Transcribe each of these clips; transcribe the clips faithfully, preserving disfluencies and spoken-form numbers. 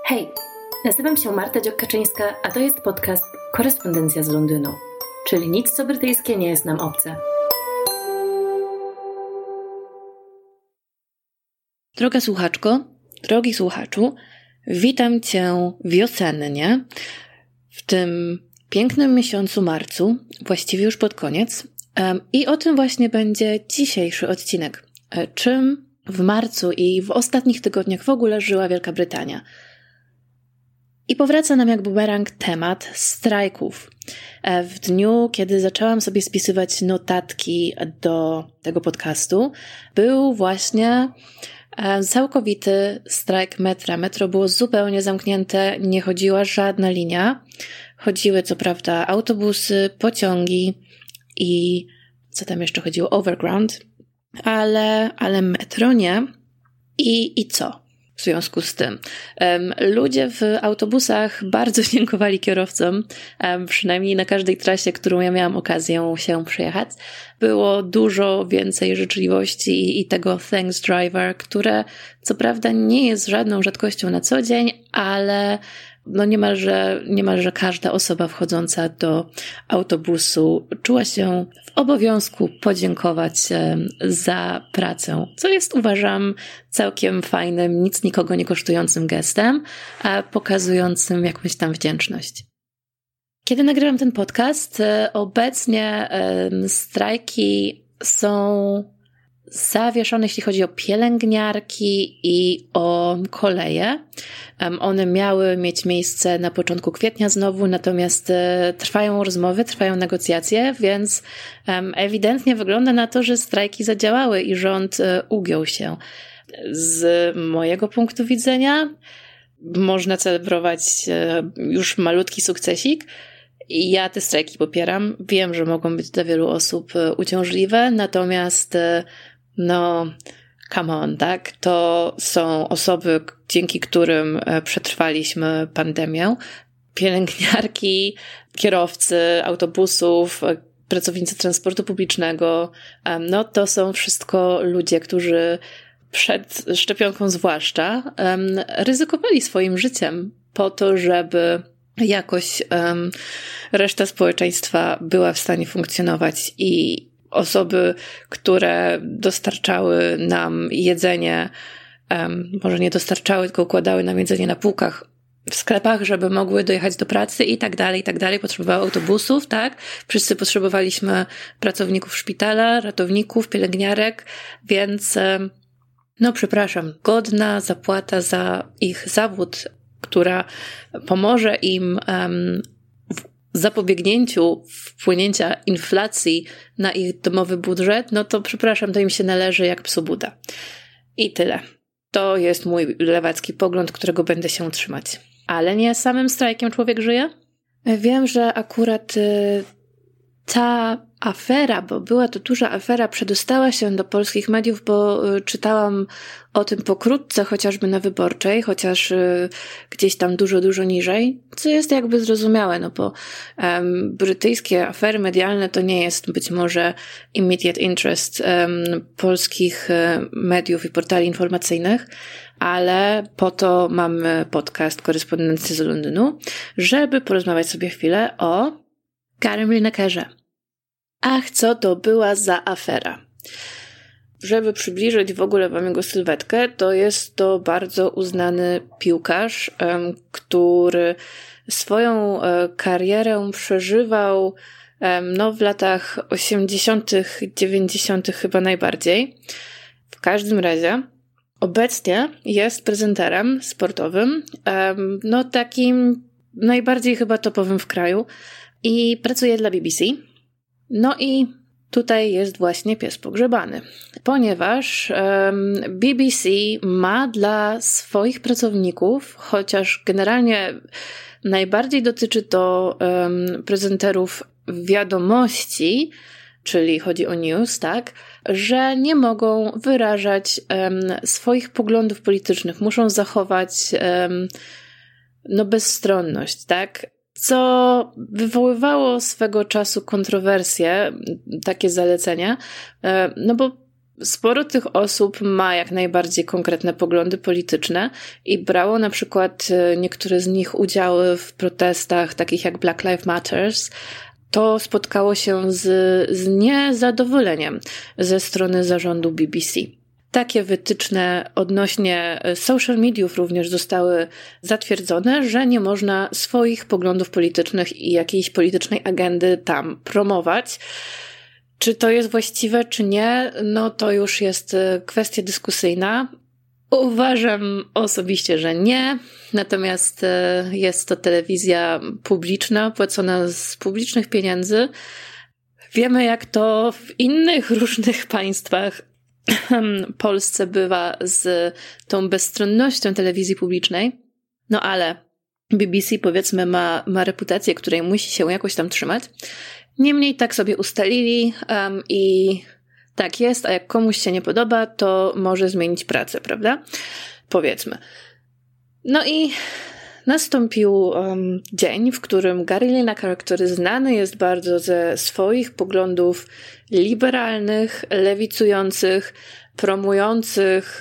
Hej, nazywam się Marta Dziokaczyńska, a to jest podcast Korespondencja z Londynu, czyli nic co brytyjskie nie jest nam obce. Droga słuchaczko, drogi słuchaczu, witam Cię wiosennie w tym pięknym miesiącu marcu, właściwie już pod koniec. I o tym właśnie będzie dzisiejszy odcinek. Czym w marcu i w ostatnich tygodniach w ogóle żyła Wielka Brytania. I powraca nam jak bumerang temat strajków. W dniu, kiedy zaczęłam sobie spisywać notatki do tego podcastu, był właśnie całkowity strajk metra. Metro było zupełnie zamknięte, nie chodziła żadna linia. Chodziły co prawda autobusy, pociągi i co tam jeszcze chodziło? Overground, ale, ale metro nie. I, i co? W związku z tym um, ludzie w autobusach bardzo dziękowali kierowcom, um, przynajmniej na każdej trasie, którą ja miałam okazję się przejechać. Było dużo więcej życzliwości i, i tego thanks driver, które co prawda nie jest żadną rzadkością na co dzień, ale no niemalże, niemalże każda osoba wchodząca do autobusu czuła się w obowiązku podziękować za pracę, co jest, uważam, całkiem fajnym, nic nikogo nie kosztującym gestem, a pokazującym jakąś tam wdzięczność. Kiedy nagrywam ten podcast, obecnie strajki są zawieszone, jeśli chodzi o pielęgniarki i o koleje. One miały mieć miejsce na początku kwietnia znowu, natomiast trwają rozmowy, trwają negocjacje, więc ewidentnie wygląda na to, że strajki zadziałały i rząd ugiął się. Z mojego punktu widzenia można celebrować już malutki sukcesik. I ja te strajki popieram. Wiem, że mogą być dla wielu osób uciążliwe, natomiast no, come on, tak? To są osoby, dzięki którym przetrwaliśmy pandemię. Pielęgniarki, kierowcy autobusów, pracownicy transportu publicznego, no to są wszystko ludzie, którzy przed szczepionką zwłaszcza ryzykowali swoim życiem po to, żeby jakoś um, reszta społeczeństwa była w stanie funkcjonować i osoby, które dostarczały nam jedzenie, um, może nie dostarczały, tylko układały nam jedzenie na półkach w sklepach, żeby mogły dojechać do pracy i tak dalej, i tak dalej. Potrzebowały autobusów, tak? Wszyscy potrzebowaliśmy pracowników szpitala, ratowników, pielęgniarek, więc um, no przepraszam, godna zapłata za ich zawód, która pomoże im um, w zapobiegnięciu wpłynięcia inflacji na ich domowy budżet, no to przepraszam, to im się należy jak psu Buda. I tyle. To jest mój lewacki pogląd, którego będę się trzymać. Ale nie samym strajkiem człowiek żyje? Wiem, że akurat y, ta afera, bo była to duża afera, przedostała się do polskich mediów, bo y, czytałam o tym pokrótce, chociażby na Wyborczej, chociaż y, gdzieś tam dużo, dużo niżej, co jest jakby zrozumiałe, no bo um, brytyjskie afery medialne to nie jest być może immediate interest um, polskich y, mediów i portali informacyjnych, ale po to mamy podcast Korespondencja z Londynu, żeby porozmawiać sobie chwilę o Garym Linekerze. Ach, co to była za afera? Żeby przybliżyć w ogóle wam jego sylwetkę, to jest to bardzo uznany piłkarz, um, który swoją um, karierę przeżywał um, no, w latach osiemdziesiątych, dziewięćdziesiątych chyba najbardziej. W każdym razie obecnie jest prezenterem sportowym, um, no takim najbardziej chyba topowym w kraju i pracuje dla B B C. No i tutaj jest właśnie pies pogrzebany, ponieważ um, B B C ma dla swoich pracowników, chociaż generalnie najbardziej dotyczy to um, prezenterów wiadomości, czyli chodzi o news, tak, że nie mogą wyrażać um, swoich poglądów politycznych, muszą zachować um, no bezstronność, tak. Co wywoływało swego czasu kontrowersje, takie zalecenia, no bo Sporo tych osób ma jak najbardziej konkretne poglądy polityczne i brało na przykład niektóre z nich udziały w protestach takich jak Black Lives Matter. To spotkało się z, z niezadowoleniem ze strony zarządu B B C. Takie wytyczne odnośnie social mediów również zostały zatwierdzone, że nie można swoich poglądów politycznych i jakiejś politycznej agendy tam promować. Czy to jest właściwe, czy nie? No to już jest kwestia dyskusyjna. Uważam osobiście, że nie. Natomiast jest to telewizja publiczna, płacona z publicznych pieniędzy. Wiemy, jak to w innych różnych państwach Polsce bywa z tą bezstronnością telewizji publicznej. No ale B B C, powiedzmy, ma, ma reputację, której musi się jakoś tam trzymać. Niemniej tak sobie ustalili um, i tak jest, a jak komuś się nie podoba, to może zmienić pracę, prawda? Powiedzmy. No i nastąpił um, dzień, w którym Gary Lineker, który znany jest bardzo ze swoich poglądów liberalnych, lewicujących, promujących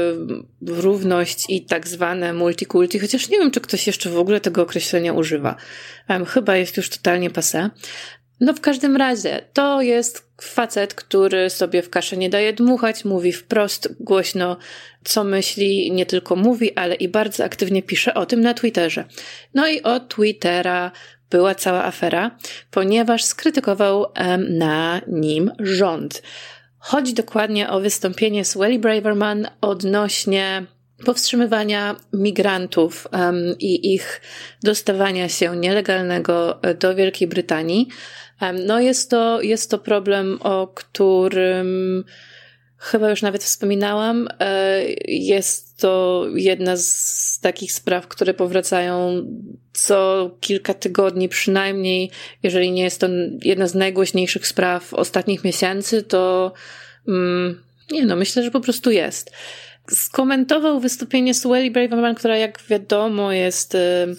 y, równość i tak zwane multikulti, chociaż nie wiem, czy ktoś jeszcze w ogóle tego określenia używa. Um, chyba jest już totalnie passé. No w każdym razie, to jest facet, który sobie w kaszę nie daje dmuchać, mówi wprost, głośno, co myśli, nie tylko mówi, ale i bardzo aktywnie pisze o tym na Twitterze. No i od Twittera była cała afera, ponieważ skrytykował um, na nim rząd. Chodzi dokładnie o wystąpienie Sueli Braverman odnośnie powstrzymywania migrantów um, i ich dostawania się nielegalnego do Wielkiej Brytanii. Um, no jest to, jest to problem, o którym chyba już nawet wspominałam. E, jest to jedna z takich spraw, które powracają co kilka tygodni przynajmniej. Jeżeli nie jest to jedna z najgłośniejszych spraw ostatnich miesięcy, to mm, nie no, myślę, że po prostu jest. Skomentował wystąpienie Sueli Braverman, która jak wiadomo jest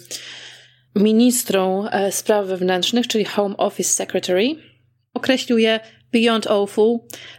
ministrą spraw wewnętrznych, czyli Home Office Secretary. Określił je beyond awful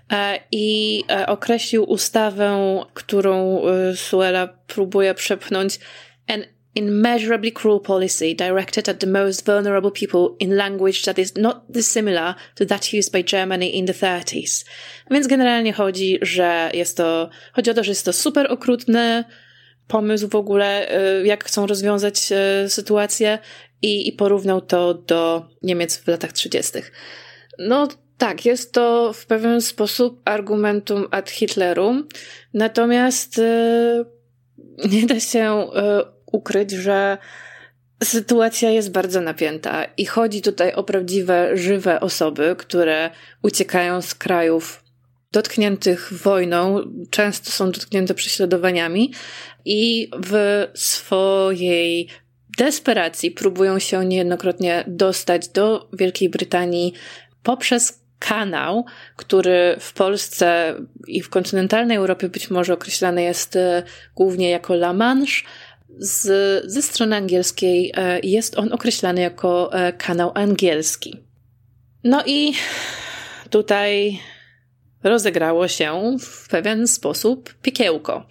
i określił ustawę, którą Suela próbuje przepchnąć, an immeasurably cruel policy directed at the most vulnerable people in language that is not dissimilar to that used by Germany in the thirties. Więc generalnie chodzi, że jest to, chodzi o to, że jest to super okrutny pomysł w ogóle, jak chcą rozwiązać sytuację i, i porównał to do Niemiec w latach trzydziestych. No tak, jest to w pewien sposób argumentum ad Hitlerum, natomiast yy, nie da się yy, ukryć, że sytuacja jest bardzo napięta i chodzi tutaj o prawdziwe, żywe osoby, które uciekają z krajów dotkniętych wojną, często są dotknięte prześladowaniami i w swojej desperacji próbują się niejednokrotnie dostać do Wielkiej Brytanii poprzez kanał, który w Polsce i w kontynentalnej Europie być może określany jest głównie jako La Manche. Z, ze strony angielskiej jest on określany jako kanał angielski. No i tutaj rozegrało się w pewien sposób piekiełko.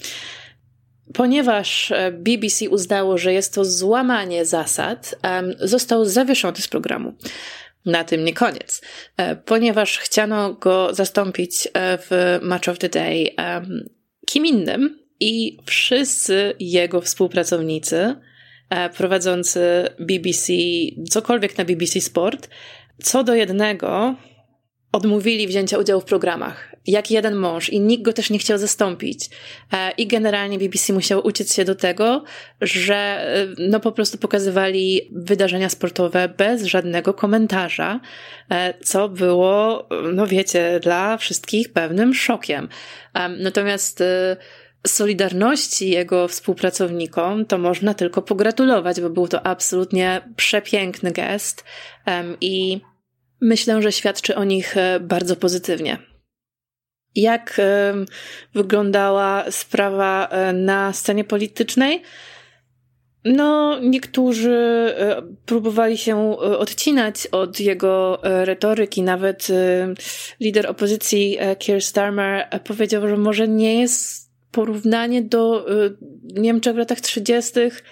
Ponieważ B B C uznało, że jest to złamanie zasad, został zawieszony z programu. Na tym nie koniec. Ponieważ chciano go zastąpić w Match of the Day kim innym i wszyscy jego współpracownicy prowadzący B B C, cokolwiek na B B C Sport, co do jednego odmówili wzięcia udziału w programach. Jak jeden mąż i nikt go też nie chciał zastąpić. I generalnie B B C musiało uciec się do tego, że no po prostu pokazywali wydarzenia sportowe bez żadnego komentarza, co było, no wiecie, dla wszystkich pewnym szokiem. Natomiast Solidarności jego współpracownikom to można tylko pogratulować, bo był to absolutnie przepiękny gest i myślę, że świadczy o nich bardzo pozytywnie. Jak wyglądała sprawa na scenie politycznej? No, niektórzy próbowali się odcinać od jego retoryki. Nawet lider opozycji Keir Starmer powiedział, że może nie jest porównanie do Niemczech w latach trzydziestych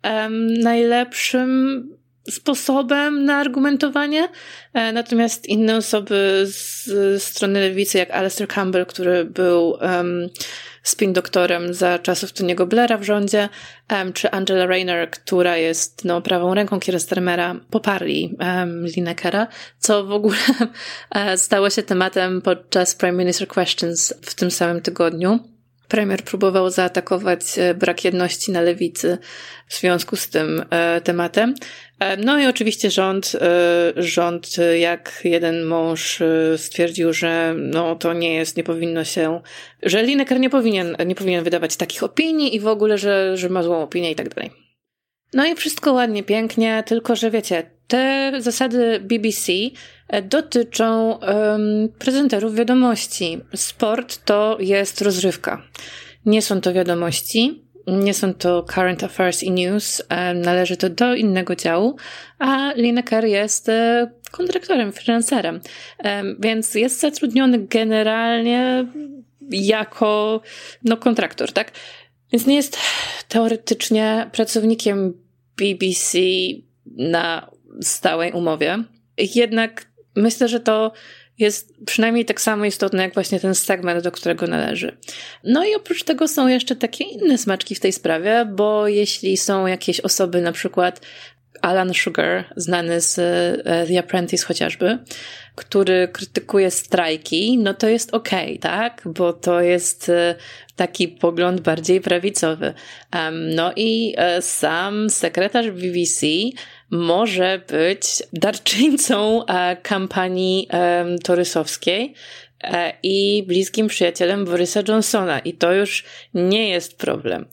najlepszym sposobem na argumentowanie. Natomiast inne osoby z strony lewicy, jak Alastair Campbell, który był um, spin doktorem za czasów Tony'ego Blaira w rządzie, um, czy Angela Rayner, która jest no, prawą ręką Keira Starmera, poparli um, Linekera, co w ogóle stało się tematem podczas Prime Minister Questions w tym samym tygodniu. Premier próbował zaatakować brak jedności na lewicy w związku z tym e, tematem. E, no i oczywiście rząd, e, rząd jak jeden mąż e, stwierdził, że no to nie jest, nie powinno się, że Lineker nie powinien, nie powinien wydawać takich opinii i w ogóle, że, że ma złą opinię i tak dalej. No i wszystko ładnie, pięknie, tylko że wiecie, te zasady B B C dotyczą um, prezenterów wiadomości. Sport to jest rozrywka. Nie są to wiadomości, nie są to current affairs i news, um, należy to do innego działu, a Lineker jest um, kontraktorem, freelancerem, um, więc jest zatrudniony generalnie jako no, kontraktor, tak? Więc nie jest teoretycznie pracownikiem B B C na stałej umowie. Jednak myślę, że to jest przynajmniej tak samo istotne jak właśnie ten segment, do którego należy. No i oprócz tego są jeszcze takie inne smaczki w tej sprawie, bo jeśli są jakieś osoby, na przykład Alan Sugar, znany z The Apprentice chociażby, który krytykuje strajki, no to jest okej, okay, tak? Bo to jest taki pogląd bardziej prawicowy. Um, no i sam sekretarz B B C może być darczyńcą kampanii um, torysowskiej i bliskim przyjacielem Borisa Johnsona. I to już nie jest problem.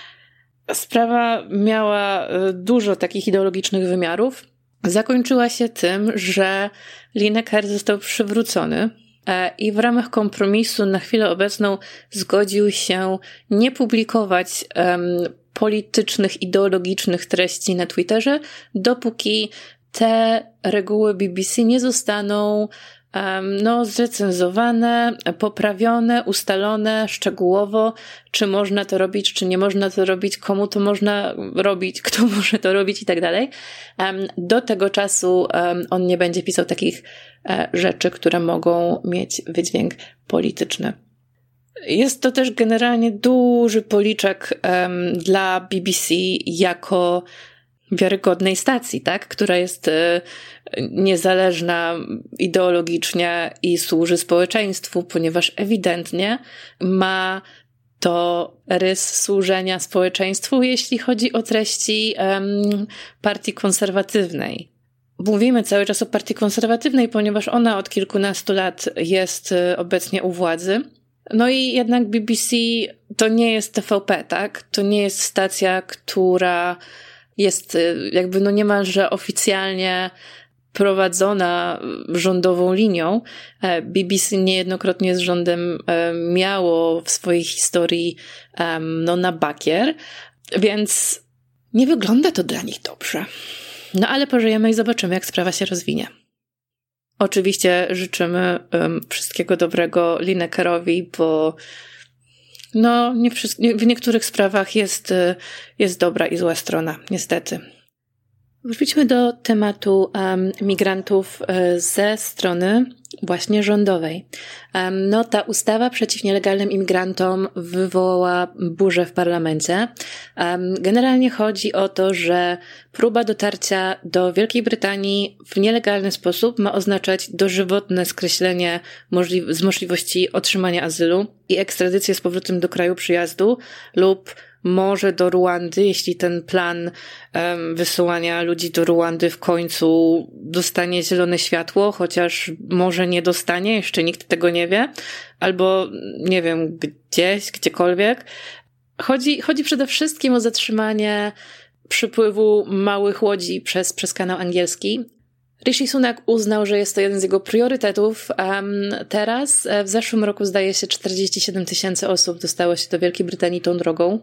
Sprawa miała dużo takich ideologicznych wymiarów. Zakończyła się tym, że Lineker został przywrócony i w ramach kompromisu na chwilę obecną zgodził się nie publikować um, politycznych, ideologicznych treści na Twitterze, dopóki te reguły B B C nie zostaną um, no, zrecenzowane, poprawione, ustalone szczegółowo, czy można to robić, czy nie można to robić, komu to można robić, kto może to robić i tak dalej. Um, do tego czasu um, on nie będzie pisał takich e, rzeczy, które mogą mieć wydźwięk polityczny. Jest to też generalnie duży policzek um, dla B B C jako wiarygodnej stacji, tak, która jest y, niezależna ideologicznie i służy społeczeństwu, ponieważ ewidentnie ma to rys służenia społeczeństwu, jeśli chodzi o treści um, partii konserwatywnej. Mówimy cały czas o partii konserwatywnej, ponieważ ona od kilkunastu lat jest y, obecnie u władzy. No i jednak B B C to nie jest T V P, tak? To nie jest stacja, która jest jakby no niemalże oficjalnie prowadzona rządową linią. B B C niejednokrotnie z rządem miało w swojej historii no na bakier, więc nie wygląda to dla nich dobrze. No ale pożyjemy i zobaczymy, jak sprawa się rozwinie. Oczywiście życzymy um, wszystkiego dobrego Linekerowi, bo no, nie wszystko, w niektórych sprawach jest, jest dobra i zła strona, niestety. Wróćmy do tematu um, migrantów um, ze strony właśnie rządowej. Um, no, ta ustawa przeciw nielegalnym imigrantom wywołała burzę w parlamencie. Um, generalnie chodzi o to, że próba dotarcia do Wielkiej Brytanii w nielegalny sposób ma oznaczać dożywotne skreślenie możli- z możliwości otrzymania azylu i ekstradycję z powrotem do kraju przyjazdu lub może do Ruandy, jeśli ten plan um, wysyłania ludzi do Ruandy w końcu dostanie zielone światło, chociaż może nie dostanie, jeszcze nikt tego nie wie, albo nie wiem, gdzieś, gdziekolwiek. Chodzi, chodzi przede wszystkim o zatrzymanie przypływu małych łodzi przez, przez kanał angielski. Rishi Sunak uznał, że jest to jeden z jego priorytetów. Um, teraz, w zeszłym roku zdaje się czterdzieści siedem tysięcy osób dostało się do Wielkiej Brytanii tą drogą.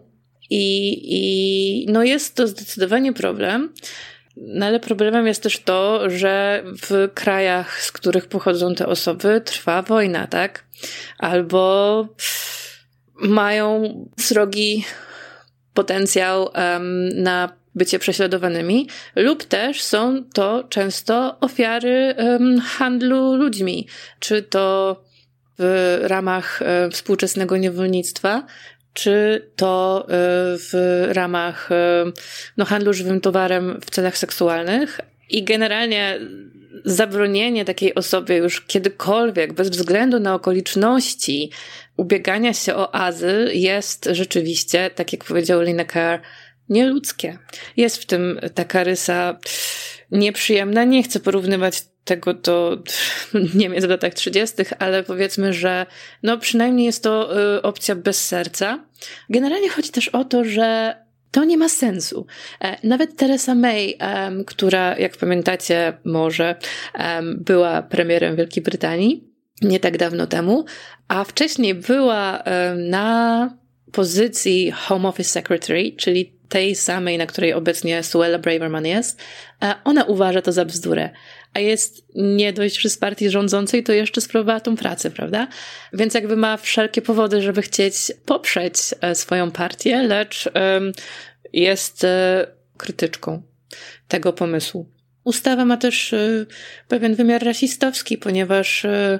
I, i no jest to zdecydowanie problem. No ale problemem jest też to, że w krajach, z których pochodzą te osoby, trwa wojna, tak? Albo mają srogi potencjał um, na bycie prześladowanymi, lub też są to często ofiary um, handlu ludźmi, czy to w ramach um, współczesnego niewolnictwa, czy to w ramach no, handlu żywym towarem w celach seksualnych. I generalnie zabronienie takiej osobie już kiedykolwiek, bez względu na okoliczności, ubiegania się o azyl jest rzeczywiście, tak jak powiedział Lineker, nieludzkie. Jest w tym taka rysa nieprzyjemna. Nie chcę porównywać tego do Niemiec w latach trzydziestych, ale powiedzmy, że no przynajmniej jest to y, opcja bez serca. Generalnie chodzi też o to, że to nie ma sensu. E, nawet Theresa May, um, która, jak pamiętacie może, um, była premierem Wielkiej Brytanii nie tak dawno temu, a wcześniej była um, na pozycji Home Office Secretary, czyli tej samej, na której obecnie Suella Braverman jest, ona uważa to za bzdurę. A jest nie dość, że z partii rządzącej, to jeszcze sprawowała tą pracę, prawda? Więc jakby ma wszelkie powody, żeby chcieć poprzeć swoją partię, lecz um, jest um, krytyczką tego pomysłu. Ustawa ma też um, pewien wymiar rasistowski, ponieważ um,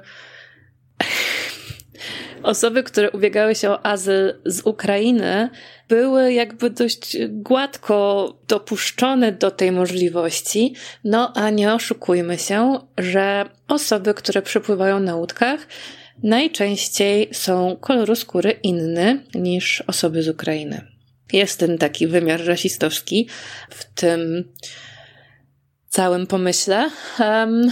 osoby, które ubiegały się o azyl z Ukrainy, były jakby dość gładko dopuszczone do tej możliwości, no a nie oszukujmy się, że osoby, które przypływają na łódkach, najczęściej są koloru skóry inny niż osoby z Ukrainy. Jest ten taki wymiar rasistowski w tym całym pomyśle. Um,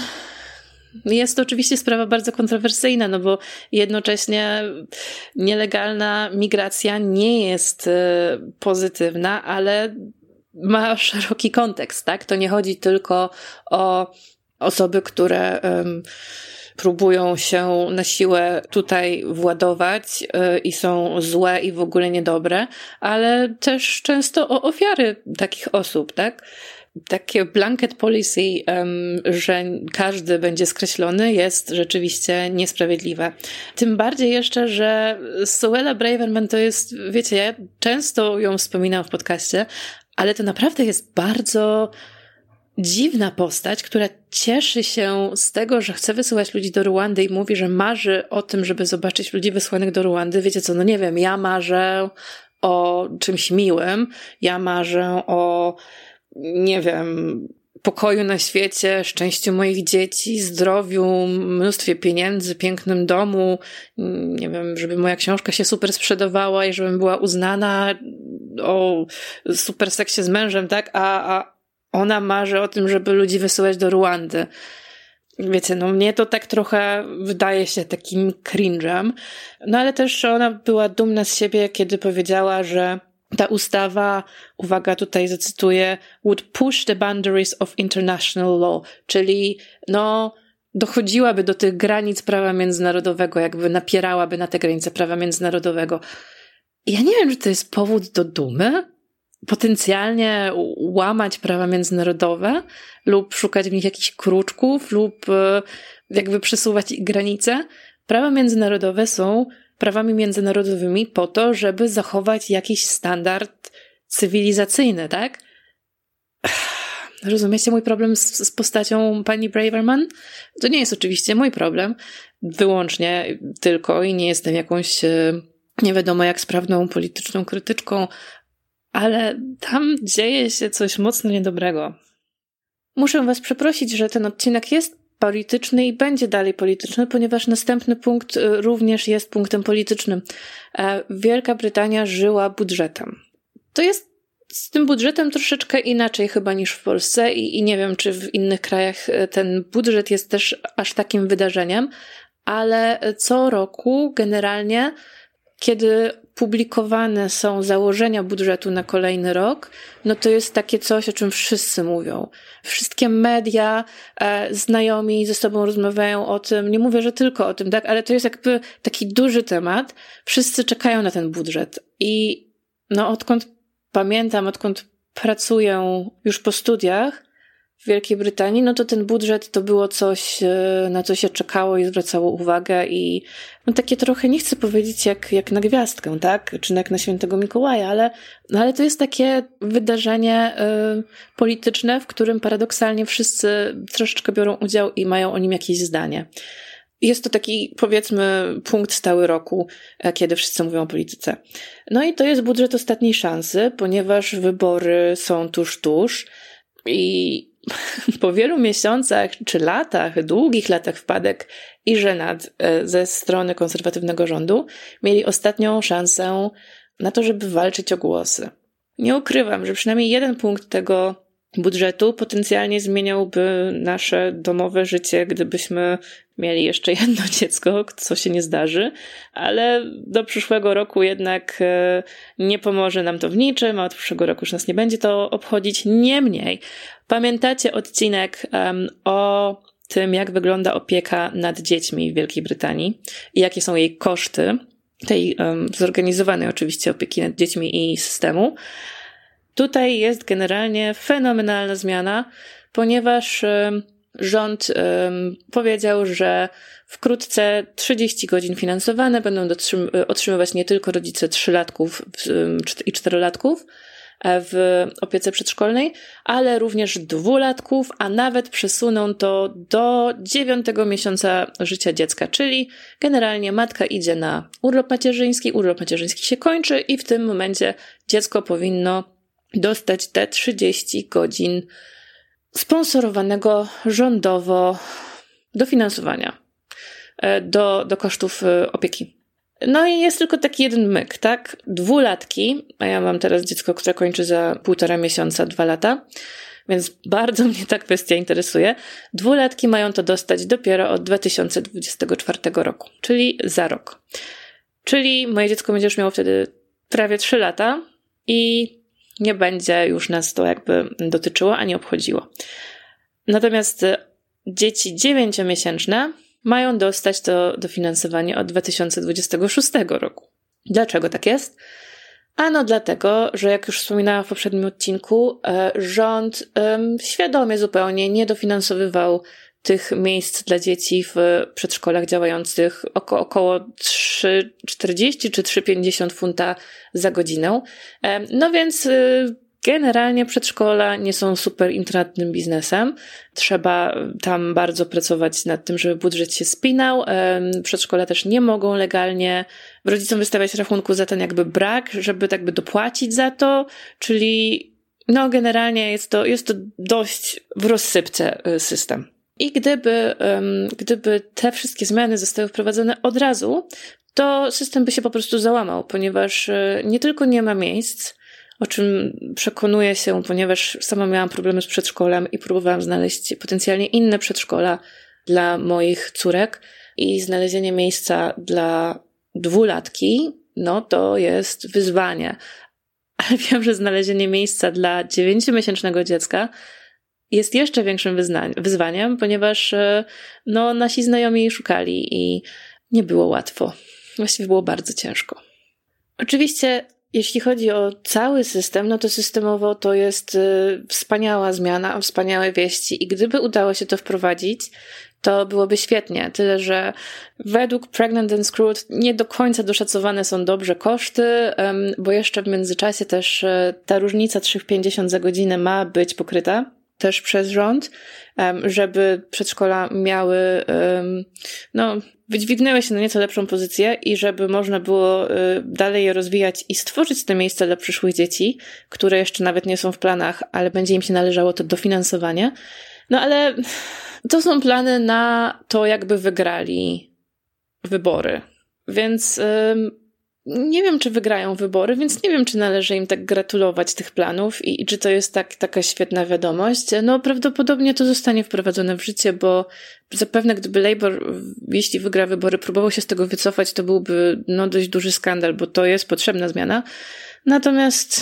Jest to oczywiście sprawa bardzo kontrowersyjna, no bo jednocześnie nielegalna migracja nie jest pozytywna, ale ma szeroki kontekst, tak? To nie chodzi tylko o osoby, które um, próbują się na siłę tutaj władować y, i są złe i w ogóle niedobre, ale też często o ofiary takich osób, tak? Takie blanket policy, um, że każdy będzie skreślony, jest rzeczywiście niesprawiedliwe. Tym bardziej jeszcze, że Suella Braverman to jest, wiecie, ja często ją wspominam w podcaście, ale to naprawdę jest bardzo dziwna postać, która cieszy się z tego, że chce wysyłać ludzi do Ruandy i mówi, że marzy o tym, żeby zobaczyć ludzi wysłanych do Ruandy. Wiecie co, no nie wiem, ja marzę o czymś miłym, ja marzę o nie wiem, pokoju na świecie, szczęściu moich dzieci, zdrowiu, mnóstwie pieniędzy, pięknym domu, nie wiem, żeby moja książka się super sprzedawała i żebym była uznana, o super seksie z mężem, tak? A, a ona marzy o tym, żeby ludzi wysyłać do Ruandy. Wiecie, no mnie to tak trochę wydaje się takim cringe'em, no ale też ona była dumna z siebie, kiedy powiedziała, że ta ustawa, uwaga, tutaj zacytuję, would push the boundaries of international law, czyli no dochodziłaby do tych granic prawa międzynarodowego, jakby napierałaby na te granice prawa międzynarodowego. Ja nie wiem, czy to jest powód do dumy, potencjalnie łamać prawa międzynarodowe lub szukać w nich jakichś kruczków lub jakby przesuwać granice. Prawa międzynarodowe są prawami międzynarodowymi po to, żeby zachować jakiś standard cywilizacyjny, tak? Rozumiecie mój problem z, z postacią pani Braverman? To nie jest oczywiście mój problem, wyłącznie tylko i nie jestem jakąś nie wiadomo jak sprawną polityczną krytyczką, ale tam dzieje się coś mocno niedobrego. Muszę was przeprosić, że ten odcinek jest polityczny i będzie dalej polityczny, ponieważ następny punkt również jest punktem politycznym. Wielka Brytania żyła budżetem. To jest z tym budżetem troszeczkę inaczej chyba niż w Polsce i, i nie wiem, czy w innych krajach ten budżet jest też aż takim wydarzeniem, ale co roku generalnie, kiedy publikowane są założenia budżetu na kolejny rok, no to jest takie coś, o czym wszyscy mówią. Wszystkie media, e, znajomi ze sobą rozmawiają o tym, nie mówię, że tylko o tym, tak, ale to jest jakby taki duży temat. Wszyscy czekają na ten budżet i no odkąd pamiętam, odkąd pracuję już po studiach w Wielkiej Brytanii, no to ten budżet to było coś, na co się czekało i zwracało uwagę i no takie trochę, nie chcę powiedzieć jak, jak na gwiazdkę, tak? Czy jak na Świętego Mikołaja, ale, no ale to jest takie wydarzenie y, polityczne, w którym paradoksalnie wszyscy troszeczkę biorą udział i mają o nim jakieś zdanie. Jest to taki, powiedzmy, punkt stały roku, kiedy wszyscy mówią o polityce. No i to jest budżet ostatniej szansy, ponieważ wybory są tuż, tuż i po wielu miesiącach czy latach, długich latach wpadek i żenad ze strony konserwatywnego rządu mieli ostatnią szansę na to, żeby walczyć o głosy. Nie ukrywam, że przynajmniej jeden punkt tego budżetu potencjalnie zmieniałby nasze domowe życie, gdybyśmy mieli jeszcze jedno dziecko, co się nie zdarzy, ale do przyszłego roku jednak nie pomoże nam to w niczym, a od przyszłego roku już nas nie będzie to obchodzić. Niemniej, pamiętacie odcinek um, o tym, jak wygląda opieka nad dziećmi w Wielkiej Brytanii i jakie są jej koszty, tej um, zorganizowanej oczywiście opieki nad dziećmi i systemu. Tutaj jest generalnie fenomenalna zmiana, ponieważ um, rząd um, powiedział, że wkrótce trzydzieści godzin finansowane będą dotrzym- otrzymywać nie tylko rodzice trzylatków um, i czterolatków w opiece przedszkolnej, ale również dwulatków, a nawet przesuną to do dziewiątego miesiąca życia dziecka, czyli generalnie matka idzie na urlop macierzyński, urlop macierzyński się kończy i w tym momencie dziecko powinno dostać te trzydzieści godzin sponsorowanego rządowo dofinansowania do, do kosztów opieki. No i jest tylko taki jeden myk, tak? Dwulatki, a ja mam teraz dziecko, które kończy za półtora miesiąca, dwa lata, więc bardzo mnie ta kwestia interesuje. Dwulatki mają to dostać dopiero od dwa tysiące dwudziestego czwartego roku, czyli za rok. Czyli moje dziecko będzie już miało wtedy prawie trzy lata i nie będzie już nas to jakby dotyczyło ani obchodziło. Natomiast dzieci dziewięciomiesięczne mają dostać to dofinansowanie od dwa tysiące dwudziestego szóstego roku. Dlaczego tak jest? Ano dlatego, że jak już wspominałam w poprzednim odcinku, rząd świadomie zupełnie nie dofinansowywał tych miejsc dla dzieci w przedszkolach działających około, około trzy czterdzieści czy trzy pięćdziesiąt funta za godzinę. No więc generalnie przedszkola nie są super intratnym biznesem. Trzeba tam bardzo pracować nad tym, żeby budżet się spinał. Przedszkola też nie mogą legalnie rodzicom wystawiać rachunku za ten jakby brak, żeby tak by dopłacić za to, czyli no generalnie jest to, jest to dość w rozsypce system. I gdyby, gdyby te wszystkie zmiany zostały wprowadzone od razu, to system by się po prostu załamał, ponieważ nie tylko nie ma miejsc, o czym przekonuję się, ponieważ sama miałam problemy z przedszkolem i próbowałam znaleźć potencjalnie inne przedszkola dla moich córek i znalezienie miejsca dla dwulatki, no to jest wyzwanie. Ale wiem, że znalezienie miejsca dla dziewięciomiesięcznego dziecka jest jeszcze większym wyzna- wyzwaniem, ponieważ no, nasi znajomi szukali i nie było łatwo. Właściwie było bardzo ciężko. Oczywiście jeśli chodzi o cały system, no to systemowo to jest y, wspaniała zmiana, wspaniałe wieści i gdyby udało się to wprowadzić, to byłoby świetnie. Tyle, że według Pregnant and Screwed nie do końca doszacowane są dobrze koszty, um, bo jeszcze w międzyczasie też y, ta różnica trzy pięćdziesiąt za godzinę ma być pokryta też przez rząd, um, żeby przedszkola miały, um, no, wydźwignęły się na nieco lepszą pozycję i żeby można było y, dalej je rozwijać i stworzyć te miejsca dla przyszłych dzieci, które jeszcze nawet nie są w planach, ale będzie im się należało to dofinansowanie. No ale to są plany na to, jakby wygrali wybory. Więc y, nie wiem, czy wygrają wybory, więc nie wiem, czy należy im tak gratulować tych planów i, i czy to jest tak, taka świetna wiadomość. No prawdopodobnie to zostanie wprowadzone w życie, bo zapewne gdyby Labour, jeśli wygra wybory, próbował się z tego wycofać, to byłby no, dość duży skandal, bo to jest potrzebna zmiana. Natomiast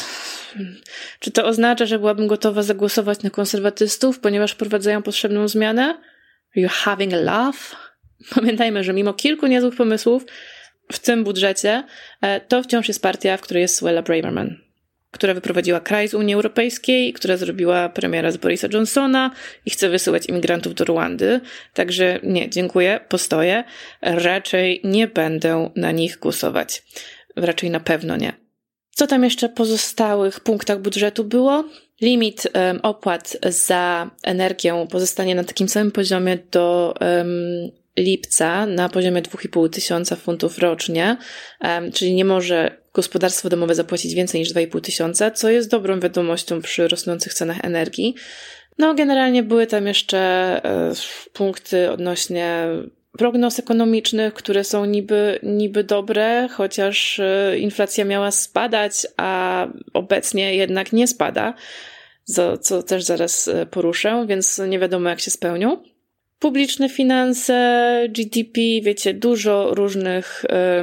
czy to oznacza, że byłabym gotowa zagłosować na konserwatystów, ponieważ wprowadzają potrzebną zmianę? Are you having a laugh? Pamiętajmy, że mimo kilku niezłych pomysłów w tym budżecie, to wciąż jest partia, w której jest Suella Braverman, która wyprowadziła kraj z Unii Europejskiej, która zrobiła premiera z Borisa Johnsona i chce wysyłać imigrantów do Ruandy. Także nie, dziękuję, postoję. Raczej nie będę na nich głosować. Raczej na pewno nie. Co tam jeszcze w pozostałych punktach budżetu było? Limit um, opłat za energię pozostanie na takim samym poziomie do um, lipca, na poziomie dwa i pół tysiąca funtów rocznie, um, czyli nie może gospodarstwo domowe zapłacić więcej niż dwa i pół tysiąca, co jest dobrą wiadomością przy rosnących cenach energii. No generalnie były tam jeszcze e, punkty odnośnie prognoz ekonomicznych, które są niby, niby dobre, chociaż inflacja miała spadać, a obecnie jednak nie spada, co, co też zaraz poruszę, więc nie wiadomo jak się spełnią. Publiczne finanse, G D P, wiecie, dużo różnych,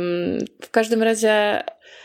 w każdym razie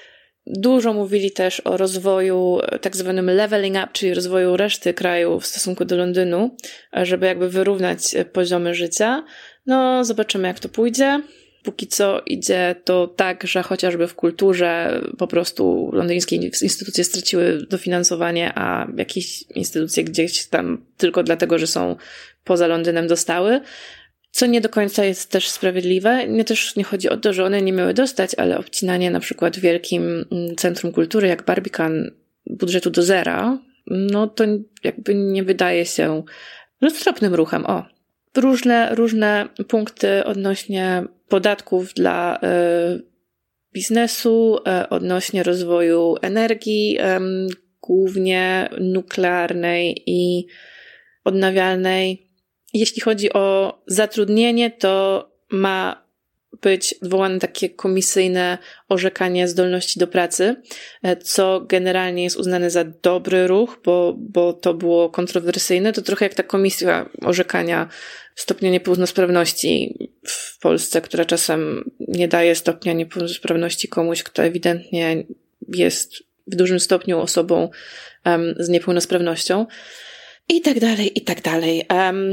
dużo mówili też o rozwoju, tak zwanym leveling up, czyli rozwoju reszty kraju w stosunku do Londynu, żeby jakby wyrównać poziomy życia. No, zobaczymy jak to pójdzie. Póki co idzie to tak, że chociażby w kulturze po prostu londyńskie instytucje straciły dofinansowanie, a jakieś instytucje gdzieś tam tylko dlatego, że są poza Londynem dostały. Co nie do końca jest też sprawiedliwe. Nie też nie chodzi o to, że one nie miały dostać, ale obcinanie na przykład w wielkim centrum kultury jak Barbican budżetu do zera, no to jakby nie wydaje się roztropnym ruchem. O, różne, różne punkty odnośnie podatków dla y, biznesu, y, odnośnie rozwoju energii, y, głównie nuklearnej i odnawialnej. Jeśli chodzi o zatrudnienie, to ma być odwołane takie komisyjne orzekanie zdolności do pracy, co generalnie jest uznane za dobry ruch, bo, bo to było kontrowersyjne. To trochę jak ta komisja orzekania stopnia niepełnosprawności w Polsce, która czasem nie daje stopnia niepełnosprawności komuś, kto ewidentnie jest w dużym stopniu osobą um, z niepełnosprawnością. I tak dalej, i tak dalej. Um,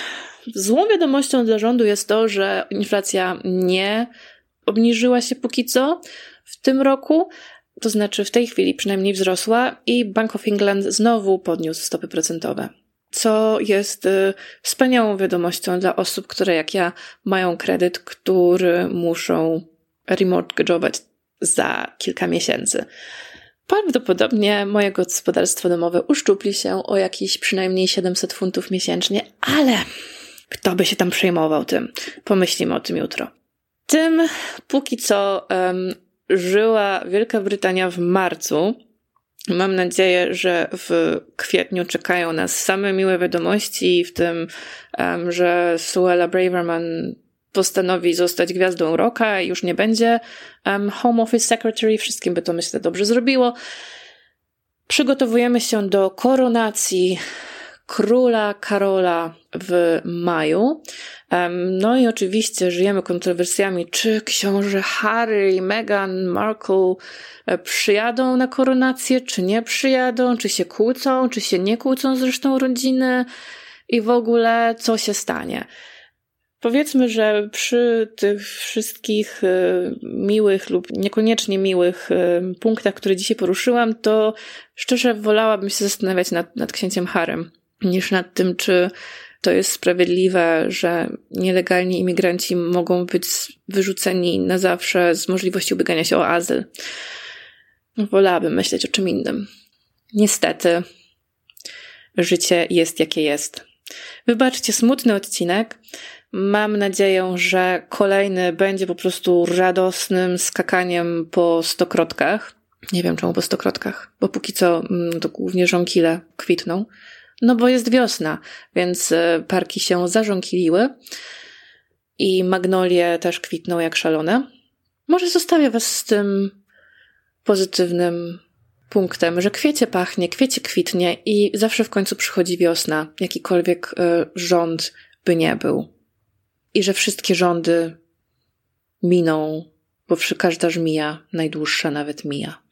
złą wiadomością dla rządu jest to, że inflacja nie obniżyła się póki co w tym roku, to znaczy w tej chwili przynajmniej wzrosła i Bank of England znowu podniósł stopy procentowe, co jest y, wspaniałą wiadomością dla osób, które jak ja mają kredyt, który muszą remortgage'ować za kilka miesięcy. Prawdopodobnie moje gospodarstwo domowe uszczupli się o jakieś przynajmniej siedemset funtów miesięcznie, ale kto by się tam przejmował tym? Pomyślimy o tym jutro. Tym póki co um, żyła Wielka Brytania w marcu. Mam nadzieję, że w kwietniu czekają nas same miłe wiadomości, w tym, um, że Suella Braverman postanowi zostać gwiazdą roka i już nie będzie um, Home Office Secretary. Wszystkim by to, myślę, dobrze zrobiło. Przygotowujemy się do koronacji króla Karola w maju. Um, no i oczywiście żyjemy kontrowersjami, czy książę Harry i Meghan Markle przyjadą na koronację, czy nie przyjadą, czy się kłócą, czy się nie kłócą z resztą rodziny i w ogóle co się stanie. Powiedzmy, że przy tych wszystkich y, miłych lub niekoniecznie miłych y, punktach, które dzisiaj poruszyłam, to szczerze wolałabym się zastanawiać nad, nad księciem Harrym, niż nad tym, czy to jest sprawiedliwe, że nielegalni imigranci mogą być wyrzuceni na zawsze z możliwości ubiegania się o azyl. Wolałabym myśleć o czym innym. Niestety, życie jest jakie jest. Wybaczcie smutny odcinek. Mam nadzieję, że kolejny będzie po prostu radosnym skakaniem po stokrotkach. Nie wiem czemu po stokrotkach, bo póki co to głównie żonkile kwitną. No bo jest wiosna, więc parki się zażonkiliły i magnolie też kwitną jak szalone. Może zostawię was z tym pozytywnym punktem, że kwiecie pachnie, kwiecie kwitnie i zawsze w końcu przychodzi wiosna, jakikolwiek rząd by nie był. I że wszystkie rządy miną, bo każda żmija, najdłuższa nawet mija.